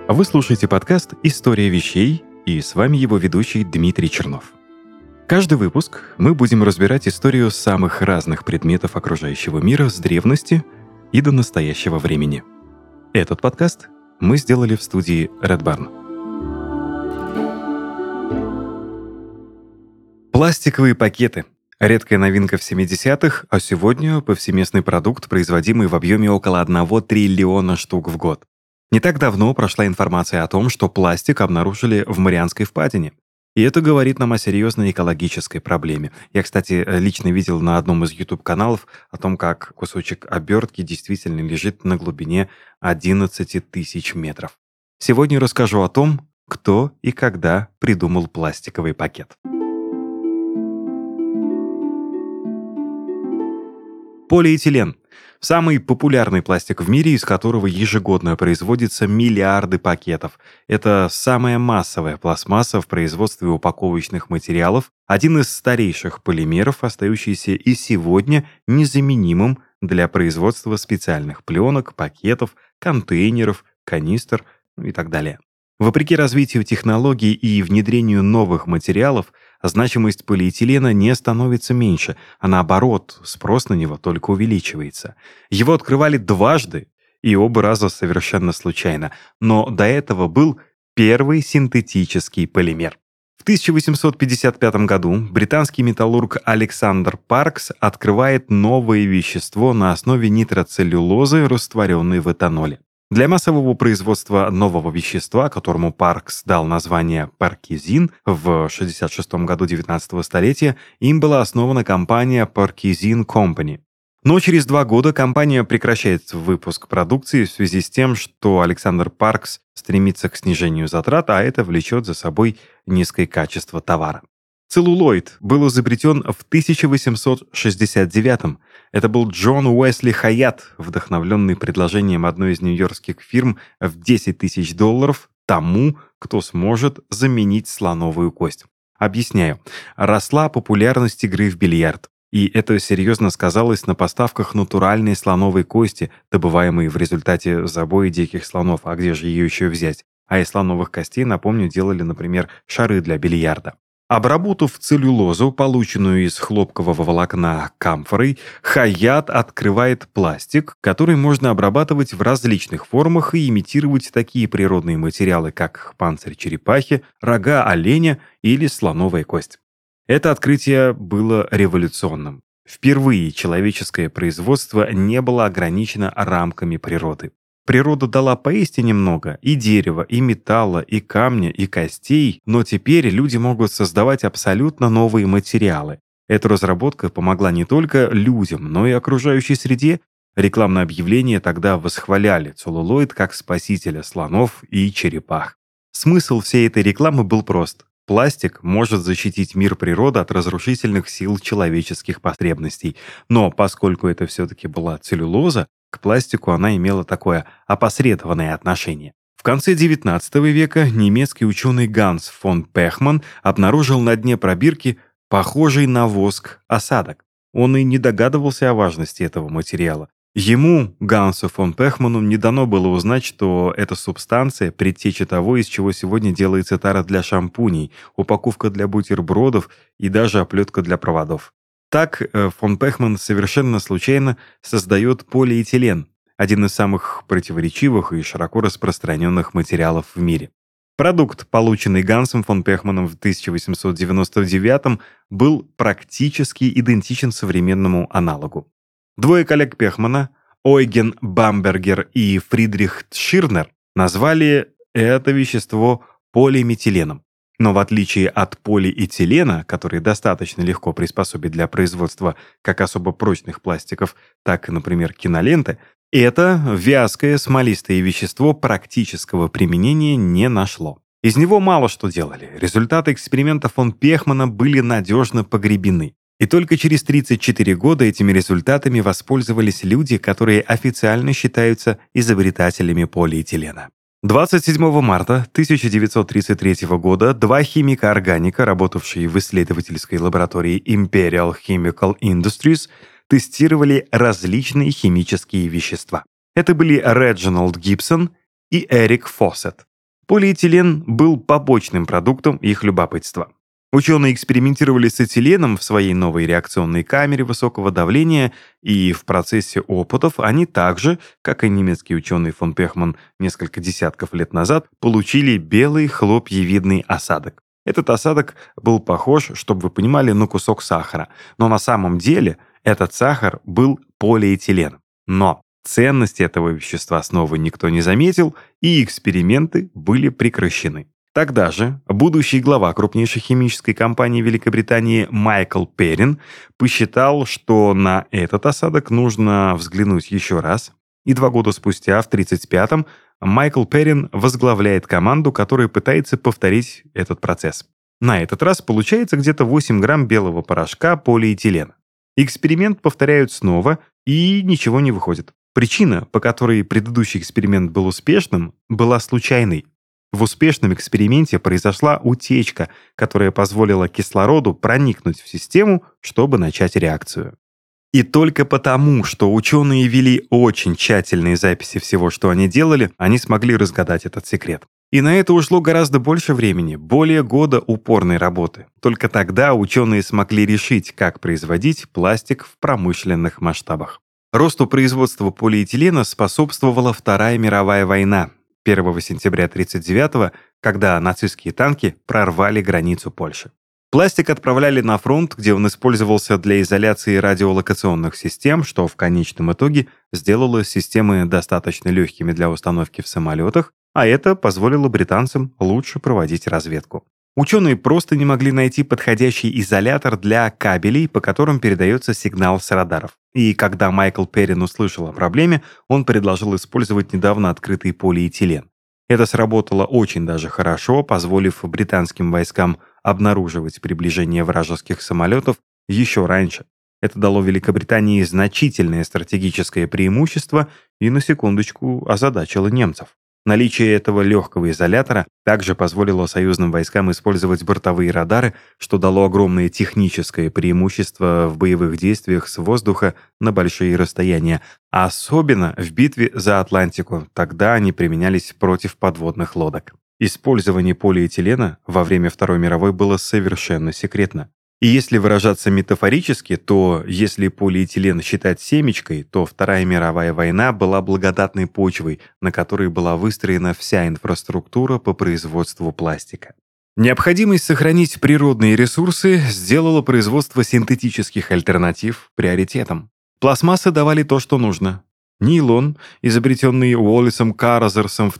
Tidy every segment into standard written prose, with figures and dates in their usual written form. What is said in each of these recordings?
Вы слушаете подкаст «История вещей», и с вами его ведущий Дмитрий Чернов. Каждый выпуск мы будем разбирать историю самых разных предметов окружающего мира с древности и до настоящего времени. Этот подкаст мы сделали в студии Red Barn. Пластиковые пакеты. Редкая новинка в 70-х, а сегодня повсеместный продукт, производимый в объеме около 1 триллиона штук в год. Не так давно прошла информация о том, что пластик обнаружили в Марианской впадине. И это говорит нам о серьезной экологической проблеме. Я, кстати, лично видел на одном из YouTube-каналов о том, как кусочек обертки действительно лежит на глубине 11 тысяч метров. Сегодня расскажу о том, кто и когда придумал пластиковый пакет. Полиэтилен – самый популярный пластик в мире, из которого ежегодно производятся миллиарды пакетов. Это самая массовая пластмасса в производстве упаковочных материалов, один из старейших полимеров, остающийся и сегодня незаменимым для производства специальных пленок, пакетов, контейнеров, канистр и так далее. Вопреки развитию технологий и внедрению новых материалов, значимость полиэтилена не становится меньше, а наоборот, спрос на него только увеличивается. Его открывали дважды, и оба раза совершенно случайно, но до этого был первый синтетический полимер. В 1855 году британский металлург Александр Паркс открывает новое вещество на основе нитроцеллюлозы, растворенной в этаноле. Для массового производства нового вещества, которому Паркс дал название паркизин, в 1966 году 19 столетия им была основана компания Parkesin Company. Но через 2 года компания прекращает выпуск продукции в связи с тем, что Александр Паркс стремится к снижению затрат, а это влечет за собой низкое качество товара. Целлулоид был изобретен в 1869-м. Это был Джон Уэсли Хайат, вдохновленный предложением одной из нью-йоркских фирм в $10 тысяч тому, кто сможет заменить слоновую кость. Объясняю. Росла популярность игры в бильярд. И это серьезно сказалось на поставках натуральной слоновой кости, добываемой в результате забоя диких слонов. А где же ее еще взять? А из слоновых костей, напомню, делали, например, шары для бильярда. Обработав целлюлозу, полученную из хлопкового волокна камфорой, Хайат открывает пластик, который можно обрабатывать в различных формах и имитировать такие природные материалы, как панцирь черепахи, рога оленя или слоновая кость. Это открытие было революционным. Впервые человеческое производство не было ограничено рамками природы. Природа дала поистине много и дерева, и металла, и камня, и костей, но теперь люди могут создавать абсолютно новые материалы. Эта разработка помогла не только людям, но и окружающей среде. Рекламные объявления тогда восхваляли целлулоид как спасителя слонов и черепах. Смысл всей этой рекламы был прост. Пластик может защитить мир природы от разрушительных сил человеческих потребностей. Но поскольку это все-таки была целлюлоза, к пластику она имела такое опосредованное отношение. В конце XIX века немецкий ученый Ганс фон Пехман обнаружил на дне пробирки похожий на воск осадок. Он и не догадывался о важности этого материала. Ему, Гансу фон Пехману, не дано было узнать, что эта субстанция – предтеча того, из чего сегодня делается тара для шампуней, упаковка для бутербродов и даже оплетка для проводов. Так, фон Пехман совершенно случайно создает полиэтилен, один из самых противоречивых и широко распространенных материалов в мире. Продукт, полученный Гансом фон Пехманом в 1899-м, был практически идентичен современному аналогу. Двое коллег Пехмана, Ойген Бамбергер и Фридрих Тширнер, назвали это вещество полиметиленом. Но в отличие от полиэтилена, который достаточно легко приспособить для производства как особо прочных пластиков, так и, например, киноленты, это вязкое смолистое вещество практического применения не нашло. Из него мало что делали. Результаты эксперимента фон Пехмана были надежно погребены. И только через 34 года этими результатами воспользовались люди, которые официально считаются изобретателями полиэтилена. 27 марта 1933 года 2 химика-органика, работавшие в исследовательской лаборатории Imperial Chemical Industries, тестировали различные химические вещества. Это были Реджиналд Гибсон и Эрик Фоссет. Полиэтилен был побочным продуктом их любопытства. Ученые экспериментировали с этиленом в своей новой реакционной камере высокого давления, и в процессе опытов они также, как и немецкий ученый фон Пехман несколько десятков лет назад, получили белый хлопьевидный осадок. Этот осадок был похож, чтобы вы понимали, на кусок сахара, но на самом деле этот сахар был полиэтилен. Но ценности этого вещества снова никто не заметил, и эксперименты были прекращены. Тогда же будущий глава крупнейшей химической компании Великобритании Майкл Перрин посчитал, что на этот осадок нужно взглянуть еще раз. И 2 года спустя, в 1935-м, Майкл Перрин возглавляет команду, которая пытается повторить этот процесс. На этот раз получается где-то 8 грамм белого порошка полиэтилена. Эксперимент повторяют снова, и ничего не выходит. Причина, по которой предыдущий эксперимент был успешным, была случайной. В успешном эксперименте произошла утечка, которая позволила кислороду проникнуть в систему, чтобы начать реакцию. И только потому, что ученые вели очень тщательные записи всего, что они делали, они смогли разгадать этот секрет. И на это ушло гораздо больше времени, более года упорной работы. Только тогда ученые смогли решить, как производить пластик в промышленных масштабах. Росту производства полиэтилена способствовала Вторая мировая война. 1 сентября 1939-го, когда нацистские танки прорвали границу Польши. Пластик отправляли на фронт, где он использовался для изоляции радиолокационных систем, что в конечном итоге сделало системы достаточно легкими для установки в самолетах, а это позволило британцам лучше проводить разведку. Ученые просто не могли найти подходящий изолятор для кабелей, по которым передается сигнал с радаров. И когда Майкл Перрин услышал о проблеме, он предложил использовать недавно открытый полиэтилен. Это сработало очень даже хорошо, позволив британским войскам обнаруживать приближение вражеских самолетов еще раньше. Это дало Великобритании значительное стратегическое преимущество и, на секундочку, озадачило немцев. Наличие этого легкого изолятора также позволило союзным войскам использовать бортовые радары, что дало огромное техническое преимущество в боевых действиях с воздуха на большие расстояния, а особенно в битве за Атлантику. Тогда они применялись против подводных лодок. Использование полиэтилена во время Второй мировой было совершенно секретно. И если выражаться метафорически, то если полиэтилен считать семечкой, то Вторая мировая война была благодатной почвой, на которой была выстроена вся инфраструктура по производству пластика. Необходимость сохранить природные ресурсы сделала производство синтетических альтернатив приоритетом. Пластмассы давали то, что нужно. Нейлон, изобретенный Уоллесом Каразерсом в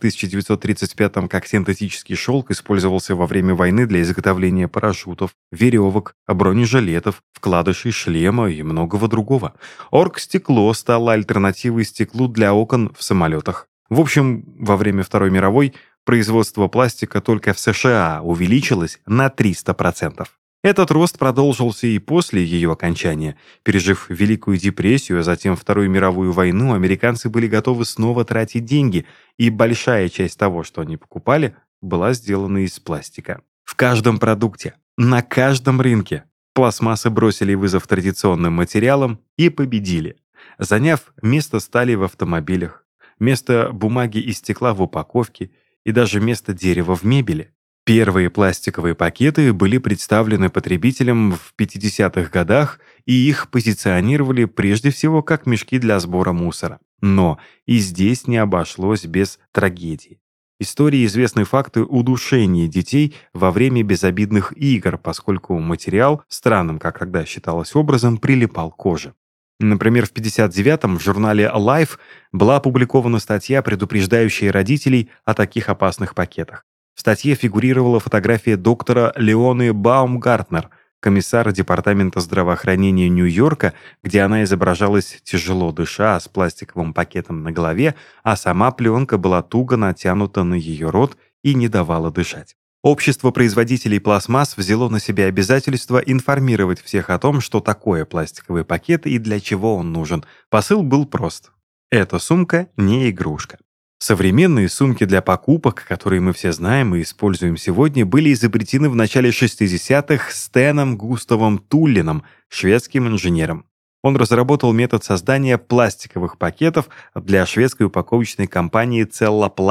1935-м как синтетический шелк, использовался во время войны для изготовления парашютов, веревок, бронежилетов, вкладышей шлема и многого другого. Оргстекло стало альтернативой стеклу для окон в самолетах. В общем, во время Второй мировой производство пластика только в США увеличилось на 300%. Этот рост продолжился и после ее окончания. Пережив Великую депрессию, а затем Вторую мировую войну, американцы были готовы снова тратить деньги, и большая часть того, что они покупали, была сделана из пластика. В каждом продукте, на каждом рынке пластмассы бросили вызов традиционным материалам и победили, заняв место стали в автомобилях, место бумаги и стекла в упаковке и даже место дерева в мебели. Первые пластиковые пакеты были представлены потребителям в 50-х годах, и их позиционировали прежде всего как мешки для сбора мусора. Но и здесь не обошлось без трагедии. Истории известны факты удушения детей во время безобидных игр, поскольку материал, странным как тогда считалось образом, прилипал к коже. Например, в 1959-м в журнале Life была опубликована статья, предупреждающая родителей о таких опасных пакетах. В статье фигурировала фотография доктора Леоны Баумгартнер, комиссара Департамента здравоохранения Нью-Йорка, где она изображалась тяжело дыша с пластиковым пакетом на голове, а сама пленка была туго натянута на ее рот и не давала дышать. Общество производителей пластмасс взяло на себя обязательство информировать всех о том, что такое пластиковый пакет и для чего он нужен. Посыл был прост. Эта сумка не игрушка. Современные сумки для покупок, которые мы все знаем и используем сегодня, были изобретены в начале 60-х Стэном Густавом Туллином, шведским инженером. Он разработал метод создания пластиковых пакетов для шведской упаковочной компании Целлопласт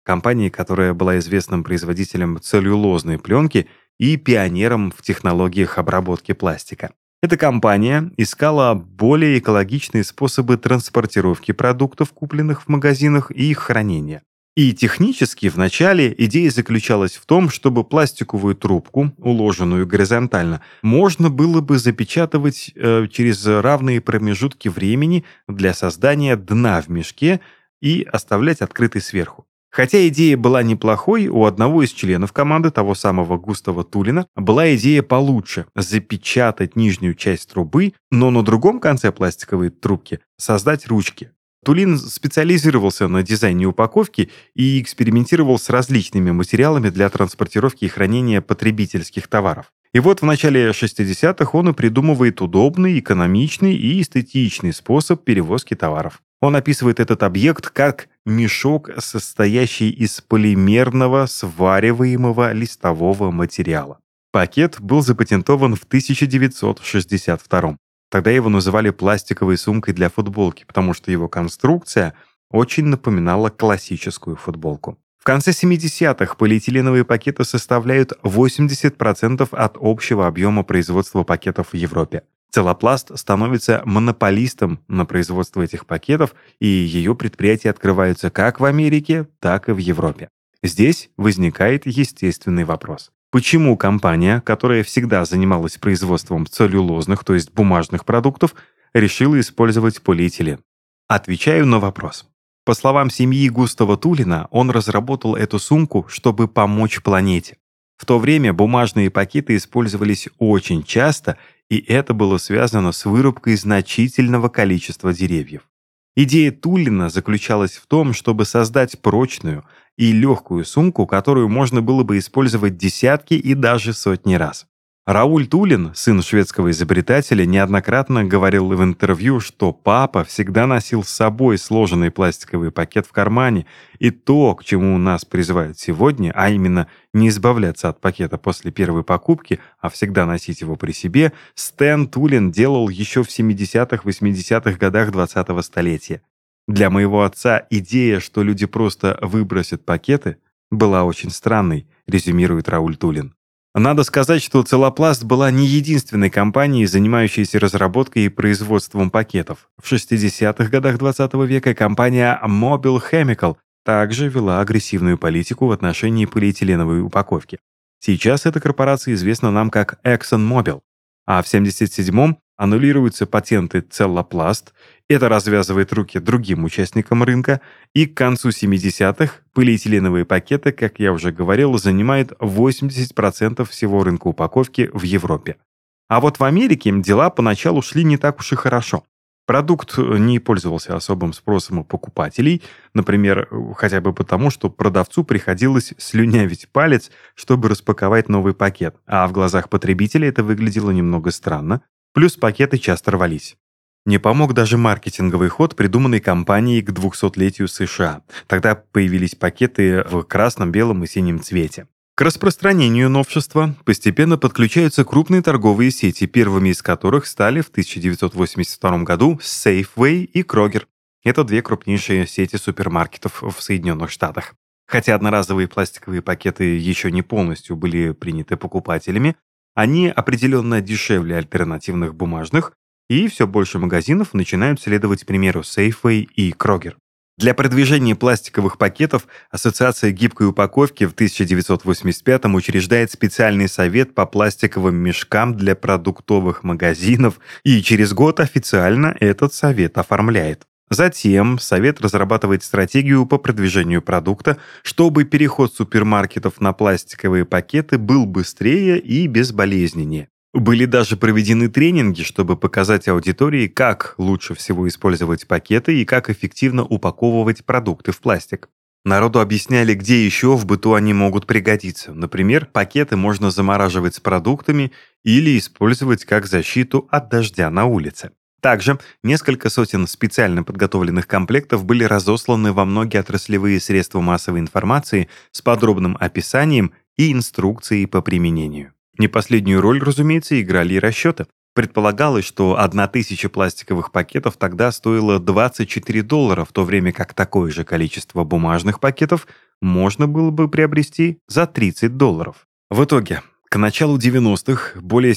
компании, которая была известным производителем целлюлозной пленки и пионером в технологиях обработки пластика. Эта компания искала более экологичные способы транспортировки продуктов, купленных в магазинах, и их хранения. И технически вначале идея заключалась в том, чтобы пластиковую трубку, уложенную горизонтально, можно было бы запечатывать через равные промежутки времени для создания дна в мешке и оставлять открытой сверху. Хотя идея была неплохой, у одного из членов команды, того самого Густава Тулина, была идея получше – запечатать нижнюю часть трубы, но на другом конце пластиковой трубки создать ручки. Тулин специализировался на дизайне упаковки и экспериментировал с различными материалами для транспортировки и хранения потребительских товаров. И вот в начале 60-х он и придумывает удобный, экономичный и эстетичный способ перевозки товаров. Он описывает этот объект как мешок, состоящий из полимерного свариваемого листового материала. Пакет был запатентован в 1962. Тогда его называли пластиковой сумкой для футболки, потому что его конструкция очень напоминала классическую футболку. В конце 70-х полиэтиленовые пакеты составляют 80% от общего объема производства пакетов в Европе. Целлопласт становится монополистом на производство этих пакетов, и ее предприятия открываются как в Америке, так и в Европе. Здесь возникает естественный вопрос. Почему компания, которая всегда занималась производством целлюлозных, то есть бумажных продуктов, решила использовать полиэтилен? Отвечаю на вопрос. По словам семьи Густава Тулина, он разработал эту сумку, чтобы помочь планете. В то время бумажные пакеты использовались очень часто, и это было связано с вырубкой значительного количества деревьев. Идея Тулина заключалась в том, чтобы создать прочную и легкую сумку, которую можно было бы использовать десятки и даже сотни раз. Рауль Тулин, сын шведского изобретателя, неоднократно говорил в интервью, что папа всегда носил с собой сложенный пластиковый пакет в кармане, и то, к чему нас призывают сегодня, а именно не избавляться от пакета после первой покупки, а всегда носить его при себе, Стэн Тулин делал еще в 70-80-х годах 20-го столетия. Для моего отца идея, что люди просто выбросят пакеты, была очень странной, резюмирует Рауль Тулин. Надо сказать, что Целлопласт была не единственной компанией, занимающейся разработкой и производством пакетов. В 60-х годах 20 века компания Mobil Chemical также вела агрессивную политику в отношении полиэтиленовой упаковки. Сейчас эта корпорация известна нам как ExxonMobil. А в 1977-м аннулируются патенты Целлопласт, это развязывает руки другим участникам рынка, и к концу 70-х полиэтиленовые пакеты, как я уже говорил, занимают 80% всего рынка упаковки в Европе. А вот в Америке дела поначалу шли не так уж и хорошо. Продукт не пользовался особым спросом у покупателей, например, хотя бы потому, что продавцу приходилось слюнявить палец, чтобы распаковать новый пакет, а в глазах потребителя это выглядело немного странно, плюс пакеты часто рвались. Не помог даже маркетинговый ход, придуманный компанией к 200-летию США. Тогда появились пакеты в красном, белом и синем цвете. К распространению новшества постепенно подключаются крупные торговые сети, первыми из которых стали в 1982 году Safeway и Kroger. Это две крупнейшие сети супермаркетов в Соединенных Штатах. Хотя одноразовые пластиковые пакеты еще не полностью были приняты покупателями, они определенно дешевле альтернативных бумажных, и все больше магазинов начинают следовать примеру Safeway и Kroger. Для продвижения пластиковых пакетов Ассоциация гибкой упаковки в 1985-м учреждает специальный совет по пластиковым мешкам для продуктовых магазинов, и через год официально этот совет оформляет. Затем совет разрабатывает стратегию по продвижению продукта, чтобы переход супермаркетов на пластиковые пакеты был быстрее и безболезненнее. Были даже проведены тренинги, чтобы показать аудитории, как лучше всего использовать пакеты и как эффективно упаковывать продукты в пластик. Народу объясняли, где еще в быту они могут пригодиться. Например, пакеты можно замораживать с продуктами или использовать как защиту от дождя на улице. Также несколько сотен специально подготовленных комплектов были разосланы во многие отраслевые средства массовой информации с подробным описанием и инструкцией по применению. Не последнюю роль, разумеется, играли и расчеты. Предполагалось, что 1000 пластиковых пакетов тогда стоила $24, в то время как такое же количество бумажных пакетов можно было бы приобрести за $30. В итоге, к началу 90-х более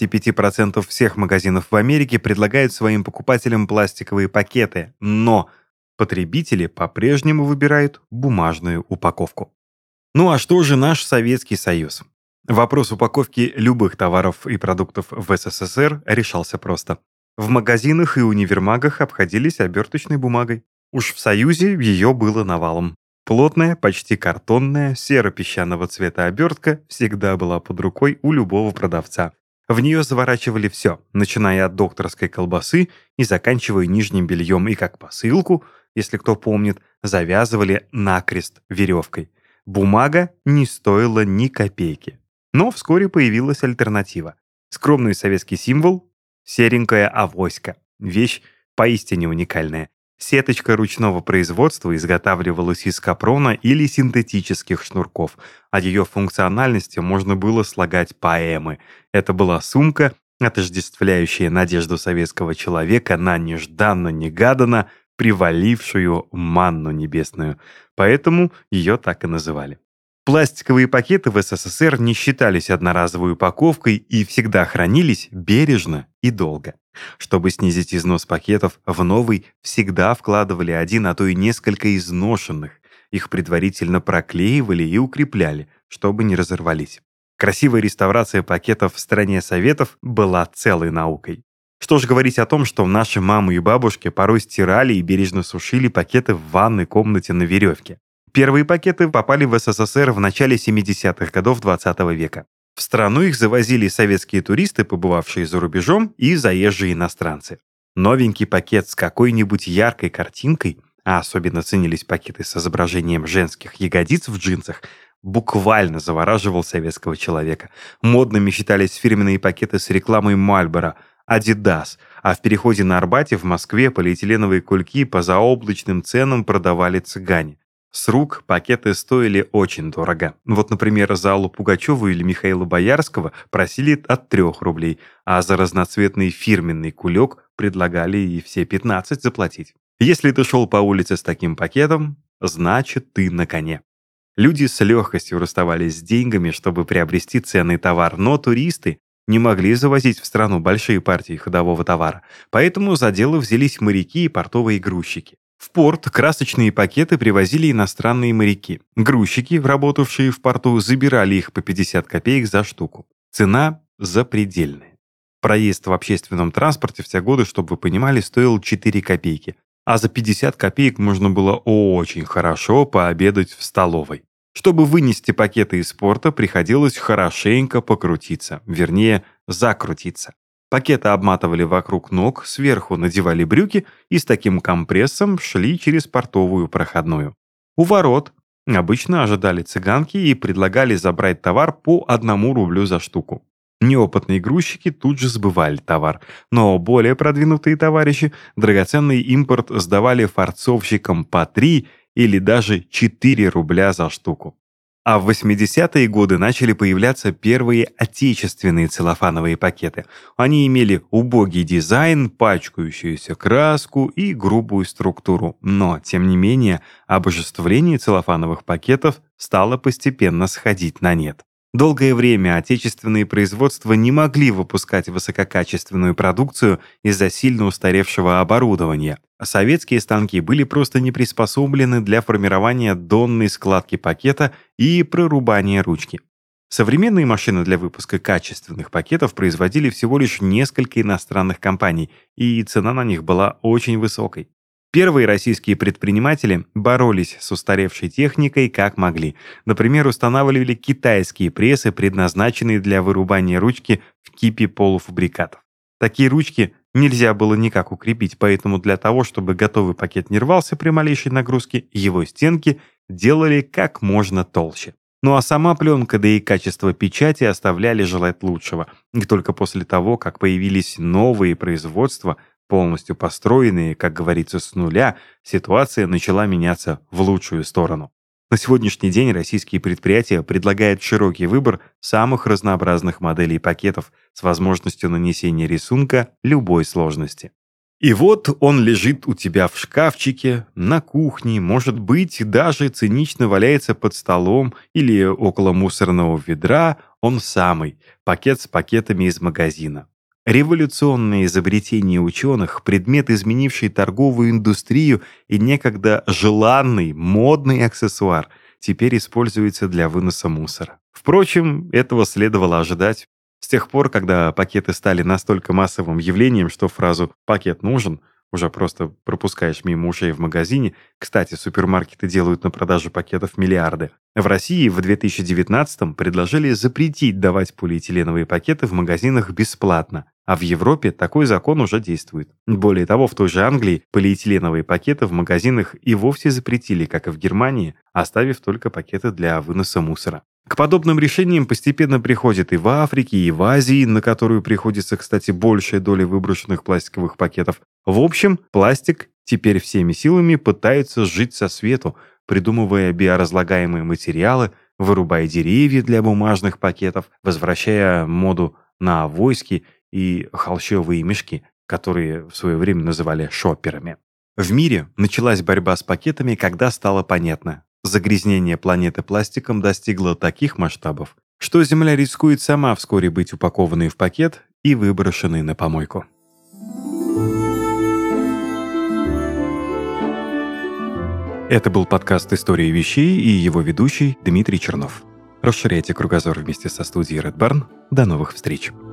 75% всех магазинов в Америке предлагают своим покупателям пластиковые пакеты, но потребители по-прежнему выбирают бумажную упаковку. Ну а что же наш Советский Союз? Вопрос упаковки любых товаров и продуктов в СССР решался просто. В магазинах и универмагах обходились оберточной бумагой. Уж в Союзе ее было навалом. Плотная, почти картонная, серо-песчаного цвета обертка всегда была под рукой у любого продавца. В нее заворачивали все, начиная от докторской колбасы и заканчивая нижним бельем, и как посылку, если кто помнит, завязывали накрест веревкой. Бумага не стоила ни копейки. Но вскоре появилась альтернатива. Скромный советский символ — серенькая авоська. Вещь поистине уникальная. Сеточка ручного производства изготавливалась из капрона или синтетических шнурков. О ее функциональности можно было слагать поэмы. Это была сумка, отождествляющая надежду советского человека на нежданно-негаданно привалившую манну небесную. Поэтому ее так и называли. Пластиковые пакеты в СССР не считались одноразовой упаковкой и всегда хранились бережно и долго. Чтобы снизить износ пакетов, в новый всегда вкладывали один, а то и несколько изношенных. Их предварительно проклеивали и укрепляли, чтобы не разорвались. Красивая реставрация пакетов в стране Советов была целой наукой. Что ж говорить о том, что наши мамы и бабушки порой стирали и бережно сушили пакеты в ванной комнате на веревке. Первые пакеты попали в СССР в начале 70-х годов XX века. В страну их завозили советские туристы, побывавшие за рубежом, и заезжие иностранцы. Новенький пакет с какой-нибудь яркой картинкой, а особенно ценились пакеты с изображением женских ягодиц в джинсах, буквально завораживал советского человека. Модными считались фирменные пакеты с рекламой Marlboro, Adidas, а в переходе на Арбате в Москве полиэтиленовые кульки по заоблачным ценам продавали цыгане. С рук пакеты стоили очень дорого. Вот, например, за Аллу Пугачеву или Михаила Боярского просили от 3 рублей, а за разноцветный фирменный кулек предлагали и все 15 заплатить. Если ты шел по улице с таким пакетом, значит ты на коне. Люди с легкостью расставались с деньгами, чтобы приобрести ценный товар, но туристы не могли завозить в страну большие партии ходового товара, поэтому за дело взялись моряки и портовые грузчики. В порт красочные пакеты привозили иностранные моряки. Грузчики, работавшие в порту, забирали их по 50 копеек за штуку. Цена запредельная. Проезд в общественном транспорте в те годы, чтобы вы понимали, стоил 4 копейки, а за 50 копеек можно было очень хорошо пообедать в столовой. Чтобы вынести пакеты из порта, приходилось хорошенько покрутиться, вернее, закрутиться. Пакеты обматывали вокруг ног, сверху надевали брюки и с таким компрессом шли через портовую проходную. У ворот обычно ожидали цыганки и предлагали забрать товар по 1 рублю за штуку. Неопытные грузчики тут же сбывали товар, но более продвинутые товарищи драгоценный импорт сдавали фарцовщикам по 3 или даже 4 рубля за штуку. А в 80-е годы начали появляться первые отечественные целлофановые пакеты. Они имели убогий дизайн, пачкающуюся краску и грубую структуру. Но, тем не менее, обожествление целлофановых пакетов стало постепенно сходить на нет. Долгое время отечественные производства не могли выпускать высококачественную продукцию из-за сильно устаревшего оборудования. Советские станки были просто не приспособлены для формирования донной складки пакета и прорубания ручки. Современные машины для выпуска качественных пакетов производили всего лишь несколько иностранных компаний, и цена на них была очень высокой. Первые российские предприниматели боролись с устаревшей техникой как могли. Например, устанавливали китайские прессы, предназначенные для вырубания ручки в кипе полуфабрикатов. Такие ручки нельзя было никак укрепить, поэтому для того, чтобы готовый пакет не рвался при малейшей нагрузке, его стенки делали как можно толще. Ну а сама пленка, да и качество печати оставляли желать лучшего. И только после того, как появились новые производства, полностью построенные, как говорится, с нуля, ситуация начала меняться в лучшую сторону. На сегодняшний день российские предприятия предлагают широкий выбор самых разнообразных моделей пакетов с возможностью нанесения рисунка любой сложности. И вот он лежит у тебя в шкафчике, на кухне, может быть, даже цинично валяется под столом или около мусорного ведра, он самый, пакет с пакетами из магазина. Революционное изобретение ученых, предмет, изменивший торговую индустрию и некогда желанный, модный аксессуар, теперь используется для выноса мусора. Впрочем, этого следовало ожидать. С тех пор, когда пакеты стали настолько массовым явлением, что фразу «пакет нужен» уже просто пропускаешь мимо ушей в магазине. Кстати, супермаркеты делают на продажу пакетов миллиарды. В России в 2019-м предложили запретить давать полиэтиленовые пакеты в магазинах бесплатно, а в Европе такой закон уже действует. Более того, в той же Англии полиэтиленовые пакеты в магазинах и вовсе запретили, как и в Германии, оставив только пакеты для выноса мусора. К подобным решениям постепенно приходят и в Африке, и в Азии, на которую приходится, кстати, большая доля выброшенных пластиковых пакетов. В общем, пластик теперь всеми силами пытается жить со свету, придумывая биоразлагаемые материалы, вырубая деревья для бумажных пакетов, возвращая моду на авоськи и холщовые мешки, которые в свое время называли шопперами. В мире началась борьба с пакетами, когда стало понятно: загрязнение планеты пластиком достигло таких масштабов, что Земля рискует сама вскоре быть упакованной в пакет и выброшенной на помойку. Это был подкаст «История вещей» и его ведущий Дмитрий Чернов. Расширяйте кругозор вместе со студией Red Barn. До новых встреч!